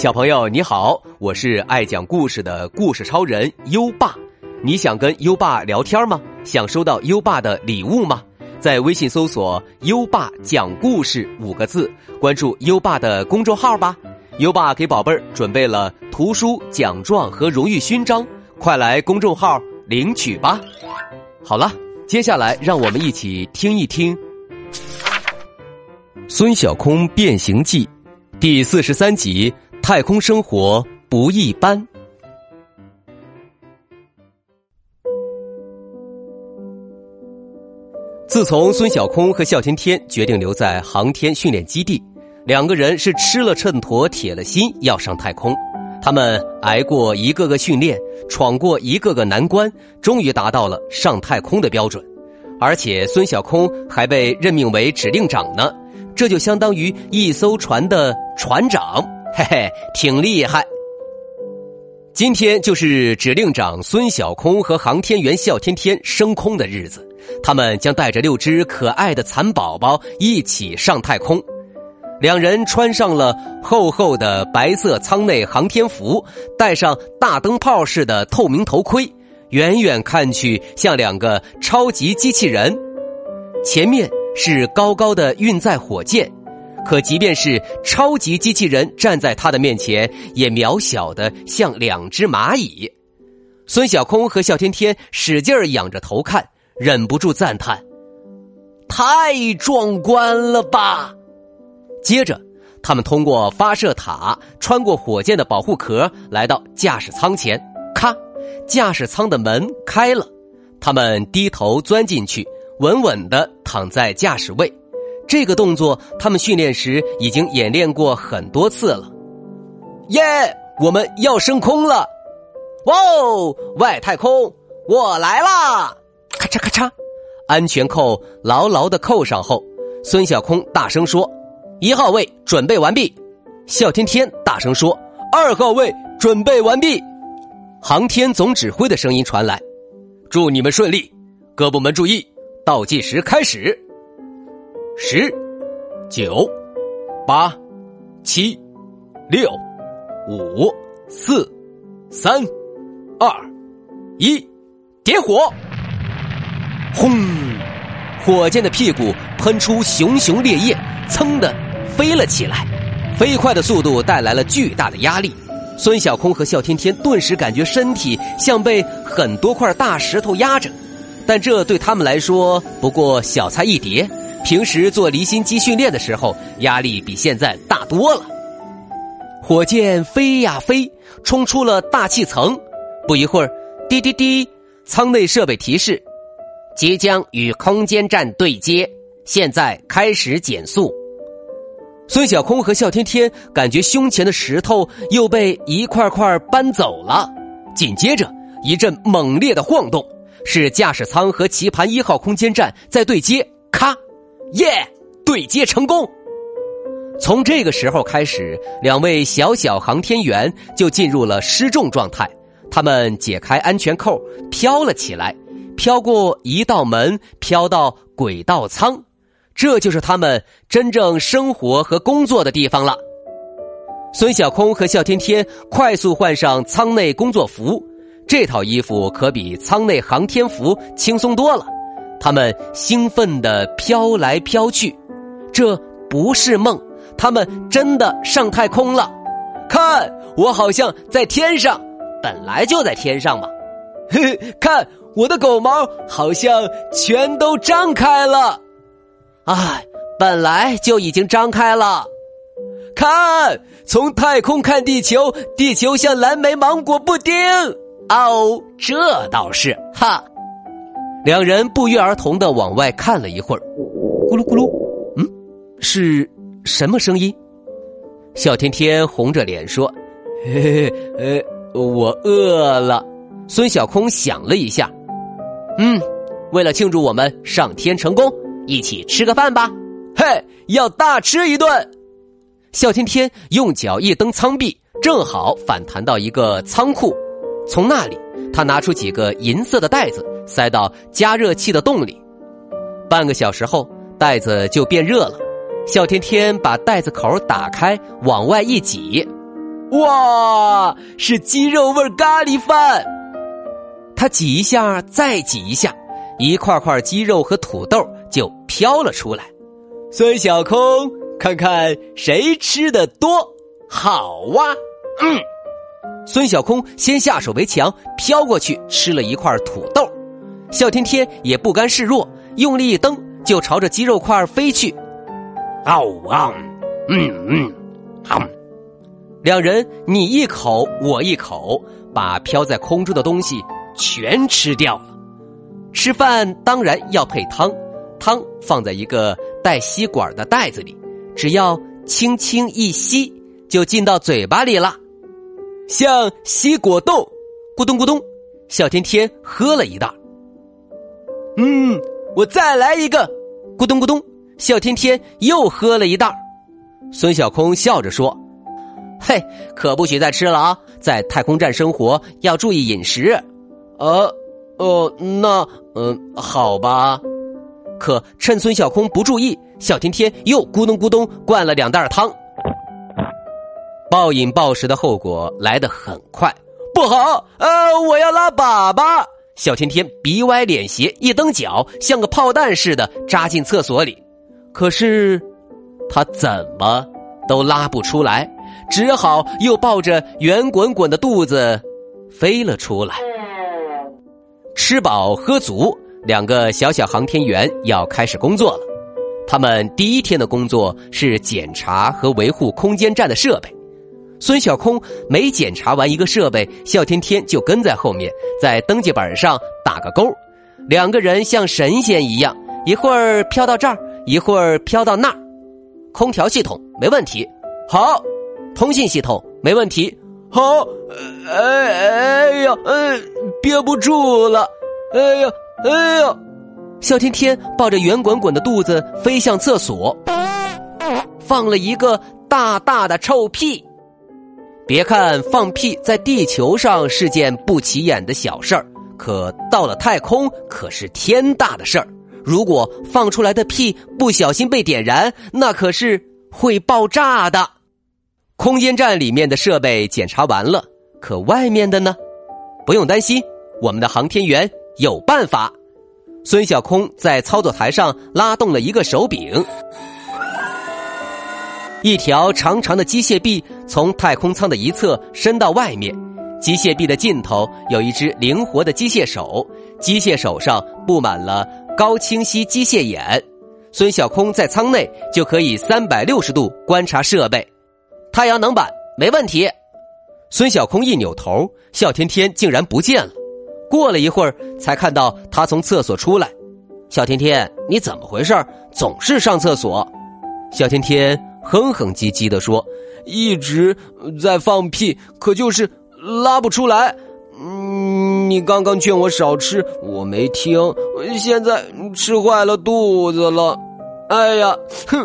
小朋友你好，我是爱讲故事的故事超人优爸。你想跟优爸聊天吗？想收到优爸的礼物吗？在微信搜索优爸讲故事5个字，关注优爸的公众号吧。优爸给宝贝儿准备了图书、奖状和荣誉勋章，快来公众号领取吧。好了，接下来让我们一起听一听孙小空变形记第43集，太空生活不一般。自从孙小空和笑天天决定留在航天训练基地，两个人是吃了秤砣铁了心要上太空。他们挨过一个个训练，闯过一个个难关，终于达到了上太空的标准。而且孙小空还被任命为指令长呢，这就相当于一艘船的船长，嘿嘿，挺厉害。今天就是指令长孙小空和航天员笑天天升空的日子，他们将带着6只可爱的蚕宝宝一起上太空。两人穿上了厚厚的白色舱内航天服，戴上大灯泡似的透明头盔，远远看去像两个超级机器人。前面是高高的运载火箭，可即便是超级机器人站在他的面前，也渺小的像2只蚂蚁。孙小空和笑天天使劲儿仰着头看，忍不住赞叹：太壮观了吧！接着他们通过发射塔，穿过火箭的保护壳，来到驾驶舱前。咔，驾驶舱的门开了，他们低头钻进去，稳稳地躺在驾驶位。这个动作他们训练时已经演练过很多次了。耶，我们要升空了！哇哦，外太空，我来啦！咔嚓咔嚓，安全扣牢牢地扣上后，孙小空大声说：1号位准备完毕。笑天天大声说：2号位准备完毕。航天总指挥的声音传来：祝你们顺利，各部门注意，倒计时开始。10、9、8、7、6、5、4、3、2、1，点火！轰！火箭的屁股喷出熊熊烈焰，噌的飞了起来。飞快的速度带来了巨大的压力，孙小空和笑天天顿时感觉身体像被很多块大石头压着，但这对他们来说不过小菜一碟。平时做离心机训练的时候，压力比现在大多了。火箭飞呀飞，冲出了大气层。不一会儿，滴滴滴，舱内设备提示：即将与空间站对接，现在开始减速。孙小空和笑天天感觉胸前的石头又被一块块搬走了，紧接着一阵猛烈的晃动，是驾驶舱和棋盘1号空间站在对接。咔，耶，对接成功！从这个时候开始，两位小航天员就进入了失重状态。他们解开安全扣，飘了起来，飘过一道门，飘到轨道舱。这就是他们真正生活和工作的地方了。孙小空和笑天天快速换上舱内工作服，这套衣服可比舱内航天服轻松多了。他们兴奋地飘来飘去，这不是梦，他们真的上太空了。看，我好像在天上，本来就在天上嘛。嘿，看，我的狗毛好像全都张开了。哎，本来就已经张开了。看，从太空看地球，地球像蓝莓芒果布丁。哦，这倒是，哈。两人不约而同地往外看了一会儿，咕噜咕噜，是什么声音？笑天天红着脸说：嘿嘿，我饿了。孙小空想了一下，为了庆祝我们上天成功，一起吃个饭吧。嘿，要大吃一顿。笑天天用脚一蹬舱壁，正好反弹到一个仓库，从那里他拿出几个银色的袋子，塞到加热器的洞里。半个小时后，袋子就变热了。笑天天把袋子口打开，往外一挤， 哇，是鸡肉味咖喱饭！他挤一下，再挤一下，一块块鸡肉和土豆就飘了出来。孙小空，看看谁吃的多，好哇！孙小空先下手为强，飘过去吃了一块土豆。笑天天也不甘示弱，用力一蹬，就朝着鸡肉块飞去。两人你一口我一口，把飘在空中的东西全吃掉了。吃饭当然要配汤，汤放在一个带吸管的袋子里，只要轻轻一吸，就进到嘴巴里了，像吸果冻，咕咚咕咚。笑天天喝了一袋。我再来一个，咕咚咕咚。笑天天又喝了一袋。孙小空笑着说：嘿，可不许再吃了啊！在太空站生活要注意饮食。好吧。可趁孙小空不注意，笑天天又咕咚咕咚灌了2袋汤。暴饮暴食的后果来得很快。不好，我要拉粑粑！笑天天鼻歪脸斜，一蹬脚，像个炮弹似的扎进厕所里。可是他怎么都拉不出来，只好又抱着圆滚滚的肚子飞了出来。吃饱喝足，2个小航天员要开始工作了。他们第一天的工作是检查和维护空间站的设备。孙小空每检查完一个设备，笑天天就跟在后面，在登记本上打个勾。2个人像神仙一样，一会儿飘到这儿，一会儿飘到那儿。空调系统没问题，好。通信系统没问题，好。憋不住了，笑天天抱着圆滚滚的肚子飞向厕所，放了一个大大的臭屁。别看放屁在地球上是件不起眼的小事儿，可到了太空可是天大的事儿。如果放出来的屁不小心被点燃，那可是会爆炸的。空间站里面的设备检查完了，可外面的呢？不用担心，我们的航天员有办法。孙小空在操作台上拉动了一个手柄，一条长长的机械臂从太空舱的一侧伸到外面，机械臂的尽头有一只灵活的机械手，机械手上布满了高清晰机械眼。孙小空在舱内就可以360度观察设备。太阳能板没问题。孙小空一扭头，笑天天竟然不见了。过了一会儿才看到他从厕所出来。笑天天，你怎么回事？总是上厕所。笑天天哼哼唧唧地说：一直在放屁，可就是拉不出来。你刚刚劝我少吃，我没听，现在吃坏了肚子了。哎呀，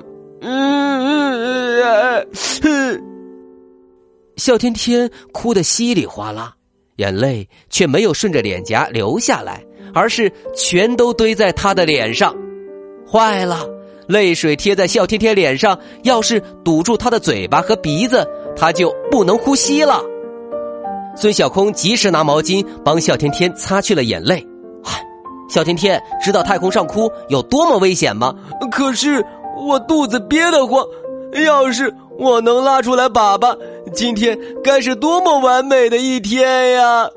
笑天天哭得稀里哗啦，眼泪却没有顺着脸颊流下来，而是全都堆在他的脸上。坏了，泪水贴在笑天天脸上，要是堵住他的嘴巴和鼻子，他就不能呼吸了。孙小空及时拿毛巾帮笑天天擦去了眼泪。笑天天，知道太空上哭有多么危险吗？可是我肚子憋得慌，要是我能拉出来粑粑，今天该是多么完美的一天呀！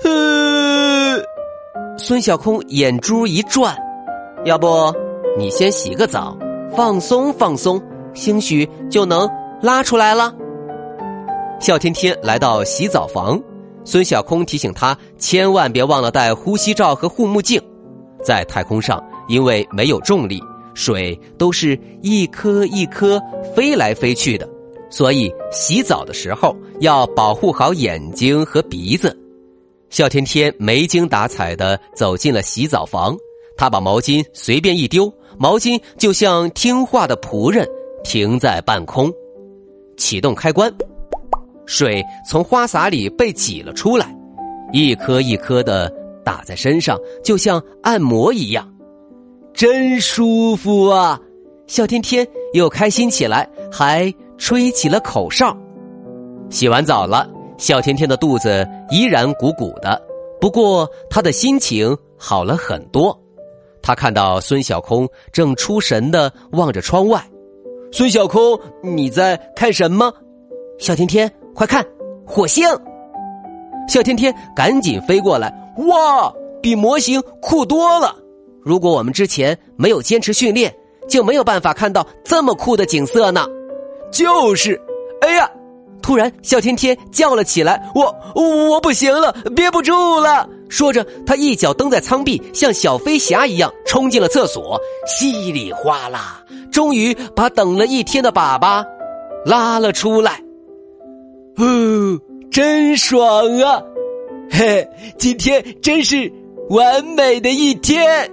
孙小空眼珠一转，要不你先洗个澡，放松放松，兴许就能拉出来了。笑天天来到洗澡房，孙小空提醒他千万别忘了带呼吸罩和护目镜。在太空上，因为没有重力，水都是一颗一颗飞来飞去的，所以洗澡的时候要保护好眼睛和鼻子。笑天天没精打采地走进了洗澡房，他把毛巾随便一丢，毛巾就像听话的仆人停在半空。启动开关，水从花洒里被挤了出来，一颗一颗的打在身上，就像按摩一样，真舒服啊！笑天天又开心起来，还吹起了口哨。 洗完澡了，笑天天的肚子依然鼓鼓的，不过他的心情好了很多。他看到孙小空正出神地望着窗外。孙小空，你在看什么？笑天天，快看，火星！笑天天赶紧飞过来，哇，比模型酷多了！如果我们之前没有坚持训练，就没有办法看到这么酷的景色呢。就是，哎呀！突然，笑天天叫了起来：“我不行了，憋不住了！”说着，他一脚蹬在舱壁，像小飞侠一样冲进了厕所，稀里哗啦，终于把等了一天的粑粑拉了出来。真爽啊！嘿，今天真是完美的一天。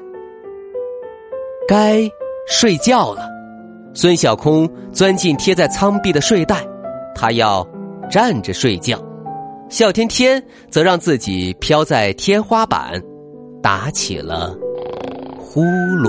该睡觉了。孙小空钻进贴在舱壁的睡袋，他要站着睡觉。笑天天则让自己飘在天花板，打起了呼噜。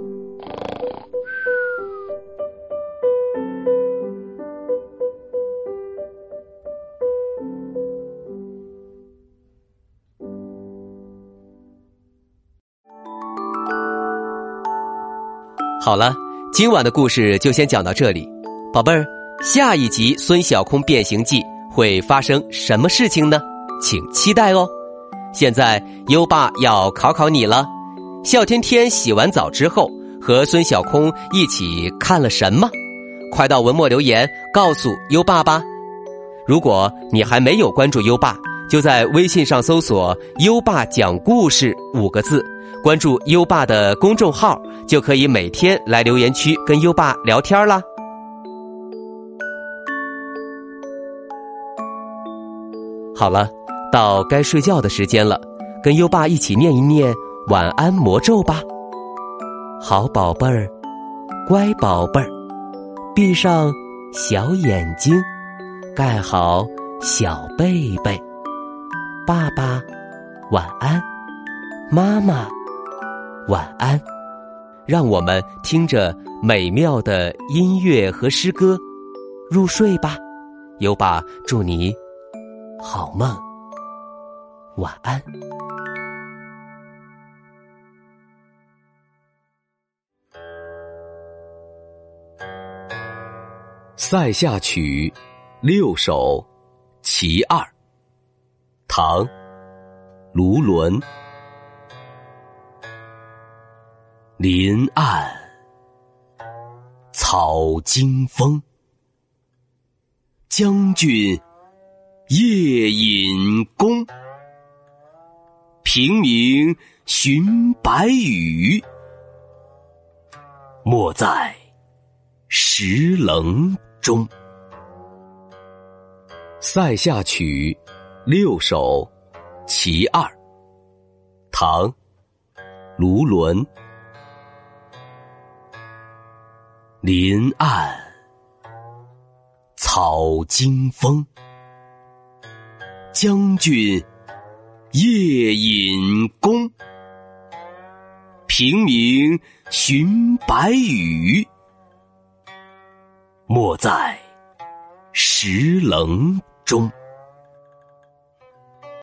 好了，今晚的故事就先讲到这里，宝贝儿，下一集《孙小空变形记》会发生什么事情呢？请期待哦。现在优爸要考考你了，笑天天洗完澡之后和孙小空一起看了什么？快到文末留言告诉优爸吧。如果你还没有关注优爸，就在微信上搜索优爸讲故事5个字，关注优爸的公众号，就可以每天来留言区跟优爸聊天啦。好了，到该睡觉的时间了，跟优爸一起念一念晚安魔咒吧。好宝贝儿，乖宝贝儿，闭上小眼睛，盖好小被被。爸爸晚安，妈妈晚安。让我们听着美妙的音乐和诗歌入睡吧。优爸祝你好梦，晚安。 塞下曲6首其2，唐·卢纶。林暗草惊风，将军夜引弓。平明寻白羽，没在石棱中。塞下曲6首其2，唐·卢纶。林暗草惊风，将军夜引弓。平明寻白羽，没在石棱中。